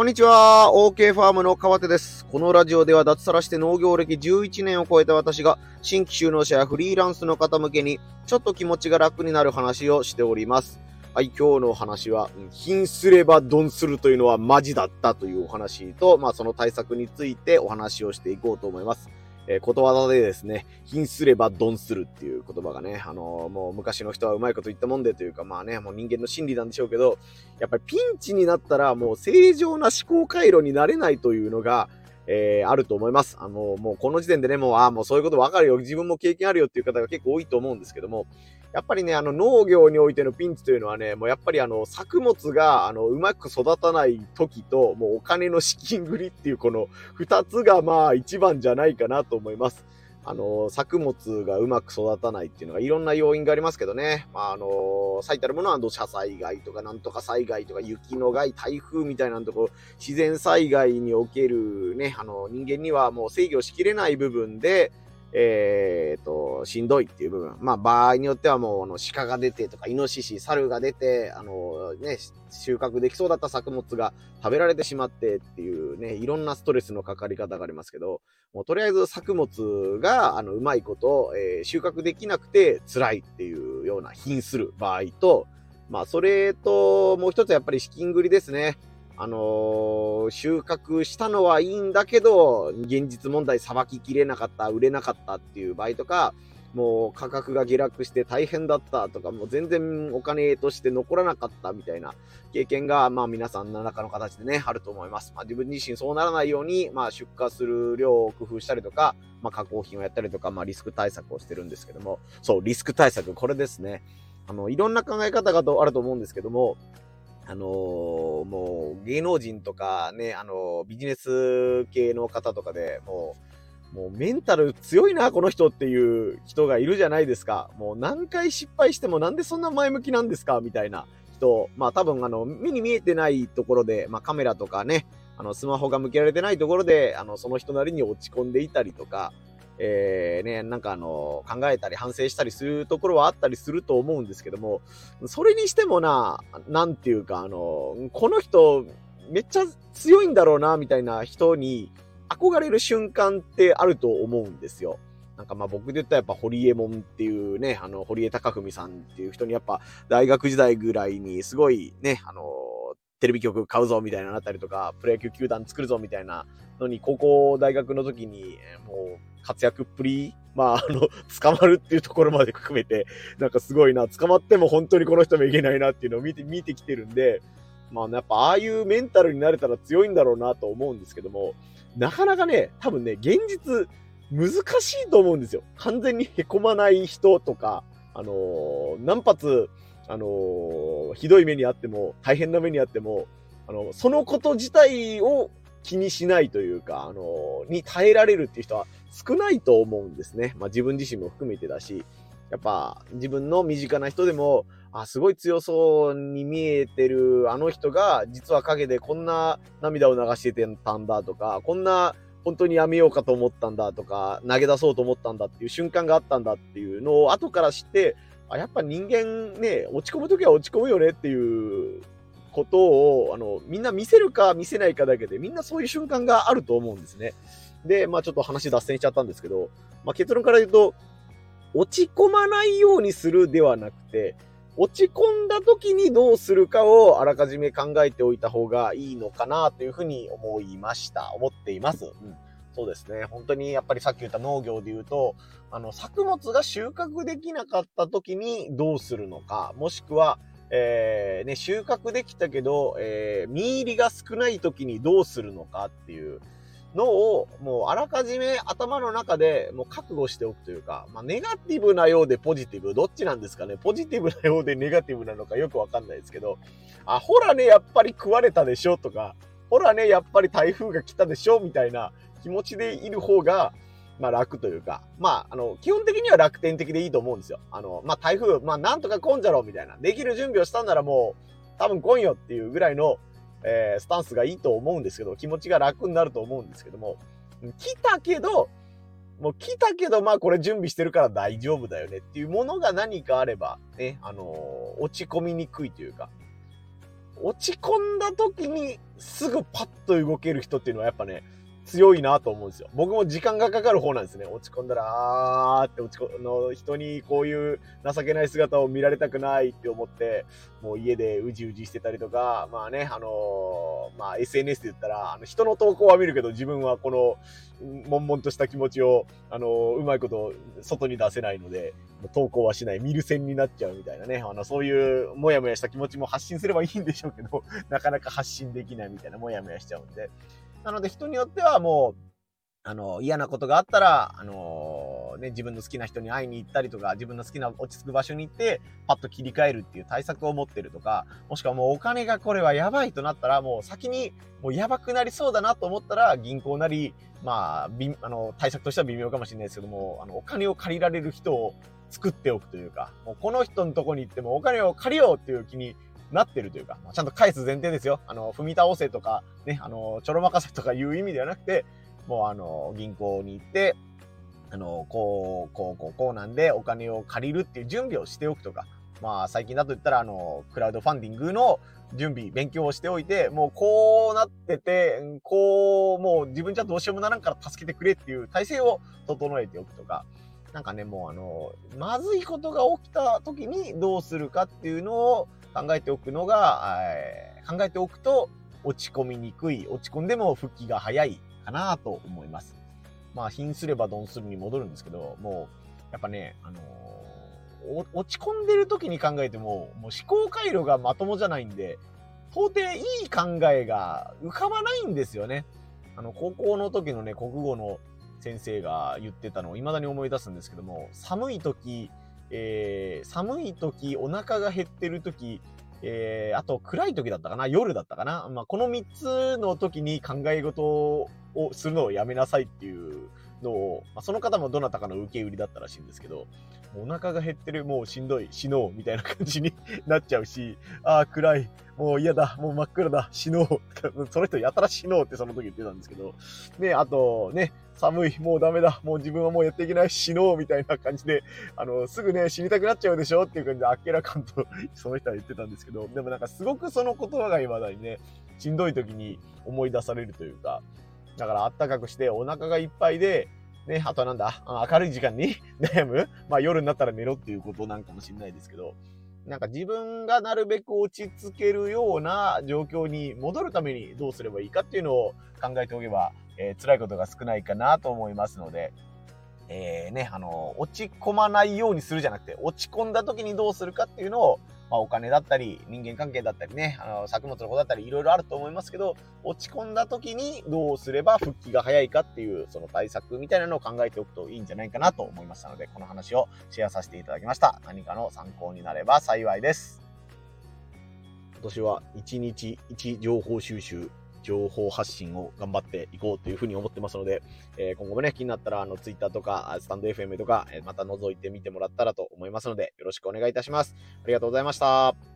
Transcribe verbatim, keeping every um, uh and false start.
こんにちは。オーケー ファームの川手です。このラジオでは脱サラして農業歴じゅういちねんを超えた私が新規就農者やフリーランスの方向けにちょっと気持ちが楽になる話をしております。はい、今日の話は、貧すればドンするというのはマジだったというお話と、まあその対策についてお話をしていこうと思います。えー、ことわざでですね、貧すればドンするっていう言葉がね、あのー、もう昔の人はうまいこと言ったもんでというか、まあね、もう人間の心理なんでしょうけど、やっぱりピンチになったらもう正常な思考回路になれないというのが、えー、あると思います。あのー、もうこの時点でね、もう、ああ、もうそういうことわかるよ、自分も経験あるよっていう方が結構多いと思うんですけども、やっぱりね、あの農業においてのピンチというのはね、もうやっぱりあの作物があのうまく育たない時と、もうお金の資金繰りっていうこの二つがまあ一番じゃないかなと思います。あの作物がうまく育たないっていうのがいろんな要因がありますけどね。まああの最たるものは土砂災害とかなんとか災害とか雪の害、台風みたいなところ、自然災害におけるね、あの人間にはもう制御しきれない部分で、えーと、しんどいっていう部分。まあ、場合によってはもう、あの、鹿が出てとか、イノシシ、猿が出て、あの、ね、収穫できそうだった作物が食べられてしまってっていうね、いろんなストレスのかかり方がありますけど、もうとりあえず作物が、あの、うまいこと、えー、収穫できなくて辛いっていうような貧する場合と、まあ、それと、もう一つやっぱり資金繰りですね。あのー、収穫したのはいいんだけど、現実問題さばききれなかった、売れなかったっていう場合とか、もう価格が下落して大変だったとか、もう全然お金として残らなかったみたいな経験が、まあ皆さん何らかの形でね、あると思います。まあ自分自身そうならないように、まあ出荷する量を工夫したりとか、まあ加工品をやったりとか、まあリスク対策をしてるんですけども、そう、リスク対策、これですね。あの、いろんな考え方があると思うんですけども、あのー、もう芸能人とかね、あのー、ビジネス系の方とかでもう、もうメンタル強いな、この人っていう人がいるじゃないですか。もう何回失敗してもなんでそんな前向きなんですかみたいな人。まあ多分あの、目に見えてないところで、まあカメラとかね、あの、スマホが向けられてないところで、あの、その人なりに落ち込んでいたりとか、えー、ね、なんかあの、考えたり反省したりするところはあったりすると思うんですけども、それにしてもな、なんていうか、あの、この人、めっちゃ強いんだろうな、みたいな人に憧れる瞬間ってあると思うんですよ。なんかまあ僕で言ったらやっぱ堀江門っていうね、あの、堀江貴文さんっていう人にやっぱ大学時代ぐらいにすごいね、あの、テレビ局買うぞみたいななったりとか、プロ野球球団作るぞみたいなのに、高校大学の時に、もう活躍っぷり、まあ、あの、捕まるっていうところまで含めて、なんかすごいな、捕まっても本当にこの人もいけないなっていうのを見て、見てきてるんで、まあ、やっぱああいうメンタルになれたら強いんだろうなと思うんですけども、なかなかね、多分ね、現実難しいと思うんですよ。完全に凹まない人とか、あのー、何発、あのー、ひどい目にあっても、大変な目にあっても、あの、そのこと自体を気にしないというか、あのー、に耐えられるっていう人は少ないと思うんですね。まあ自分自身も含めてだし、やっぱ自分の身近な人でも、あ、すごい強そうに見えてるあの人が、実は陰でこんな涙を流してたんだとか、こんな本当にやめようかと思ったんだとか、投げ出そうと思ったんだっていう瞬間があったんだっていうのを後から知って、あ、やっぱ人間ね、落ち込むときは落ち込むよねっていうことを、あの、みんな見せるか見せないかだけで、みんなそういう瞬間があると思うんですね。で、まあちょっと話脱線しちゃったんですけど、まあ結論から言うと、落ち込まないようにするではなくて、落ち込んだ時にどうするかをあらかじめ考えておいた方がいいのかなというふうに思いました。思っています。うん、そうですね。本当にやっぱりさっき言った農業で言うと、あの、作物が収穫できなかった時にどうするのか、もしくは、えー、ね、収穫できたけど、えー、実入りが少ない時にどうするのかっていうのを、もうあらかじめ頭の中でもう覚悟しておくというか、まあネガティブなようでポジティブ、どっちなんですかね。ポジティブなようでネガティブなのかよくわかんないですけど、あ、ほらね、やっぱり食われたでしょとか、ほらね、やっぱり台風が来たでしょみたいな気持ちでいる方が、まあ楽というか、まあ、あの、基本的には楽天的でいいと思うんですよ。あの、まあ台風、まあなんとか来んじゃろうみたいな。できる準備をしたんならもう、多分来んよっていうぐらいの、えー、スタンスがいいと思うんですけど、気持ちが楽になると思うんですけども、来たけど、もう来たけど、まあこれ準備してるから大丈夫だよねっていうものが何かあれば、ね、あのー、落ち込みにくいというか、 落ち込んだ時にすぐパッと動ける人っていうのはやっぱね、強いなと思うんですよ。僕も時間がかかる方なんですね。落ち込んだら、あーって落ち込の人にこういう情けない姿を見られたくないって思って、もう家でうじうじしてたりとか、まあね、あのー、まあ エスエヌエス で言ったら、あの人の投稿は見るけど自分はこの、悶々とした気持ちを、あのー、うまいこと外に出せないので、投稿はしない、見る線になっちゃうみたいなね、あの、そういうもやもやした気持ちも発信すればいいんでしょうけど、なかなか発信できないみたいなもやもやしちゃうんで、なので人によってはもう、あの、嫌なことがあったら、あのー、ね、自分の好きな人に会いに行ったりとか、自分の好きな落ち着く場所に行って、パッと切り替えるっていう対策を持ってるとか、もしくはもうお金がこれはやばいとなったら、もう先に、もうやばくなりそうだなと思ったら、銀行なり、まあ、びあの、対策としては微妙かもしれないですけども、あの、お金を借りられる人を作っておくというか、もうこの人のとこに行ってもお金を借りようっていう気に、なってるというか、ちゃんと返す前提ですよ。あの、踏み倒せとか、ね、あの、ちょろまかせとかいう意味ではなくて、もうあの、銀行に行って、あの、こう、こう、こう、こうなんでお金を借りるっていう準備をしておくとか、まあ最近だと言ったら、あの、クラウドファンディングの準備、勉強をしておいて、もうこうなってて、こう、もう自分じゃどうしようもならんから助けてくれっていう体制を整えておくとか、なんかね、もうあの、まずいことが起きた時にどうするかっていうのを考えておくのが、えー、考えておくと落ち込みにくい、落ち込んでも復帰が早いかなと思います。まあ、貧すれば鈍するに戻るんですけど、もう、やっぱね、あのー、落ち込んでる時に考えても、もう思考回路がまともじゃないんで、到底いい考えが浮かばないんですよね。あの、高校の時のね、国語の先生が言ってたのを未だに思い出すんですけども、寒い時、えー、寒い時、お腹が減ってる時、えー、あと暗い時だったかな、夜だったかな、まあ、このみっつの時に考え事をするのをやめなさいっていうのを、まあ、その方もどなたかの受け売りだったらしいんですけど、お腹が減ってる、もうしんどい、死のうみたいな感じになっちゃうし、ああ、暗い、もう嫌だ、もう真っ暗だ、死のう。その人やたら死のうってその時言ってたんですけど、ね、あとね、寒い、もうダメだ、もう自分はもうやっていけない、死のうみたいな感じで、あの、すぐね、死にたくなっちゃうでしょっていう感じで、あっけらかんとその人は言ってたんですけど、でもなんかすごくその言葉が未だにね、しんどい時に思い出されるというか、だからあったかくしてお腹がいっぱいで、ね、あとはなんだ、明るい時間に悩む、まあ夜になったら寝ろっていうことなんかもしれないですけど、なんか自分がなるべく落ち着けるような状況に戻るためにどうすればいいかっていうのを考えておけば、えー、辛いことが少ないかなと思いますので、えー、ね、あの、落ち込まないようにするじゃなくて、落ち込んだ時にどうするかっていうのを、まあ、お金だったり、人間関係だったりね、あの、作物のことだったり、いろいろあると思いますけど、落ち込んだ時にどうすれば復帰が早いかっていう、その対策みたいなのを考えておくといいんじゃないかなと思いましたので、この話をシェアさせていただきました。何かの参考になれば幸いです。今年はいちにちいち情報収集、情報発信を頑張っていこうというふうに思ってますので、えー、今後もね、気になったら、あの、ツイッターとか、スタンド エフエム とか、えー、また覗いてみてもらったらと思いますので、よろしくお願いいたします。ありがとうございました。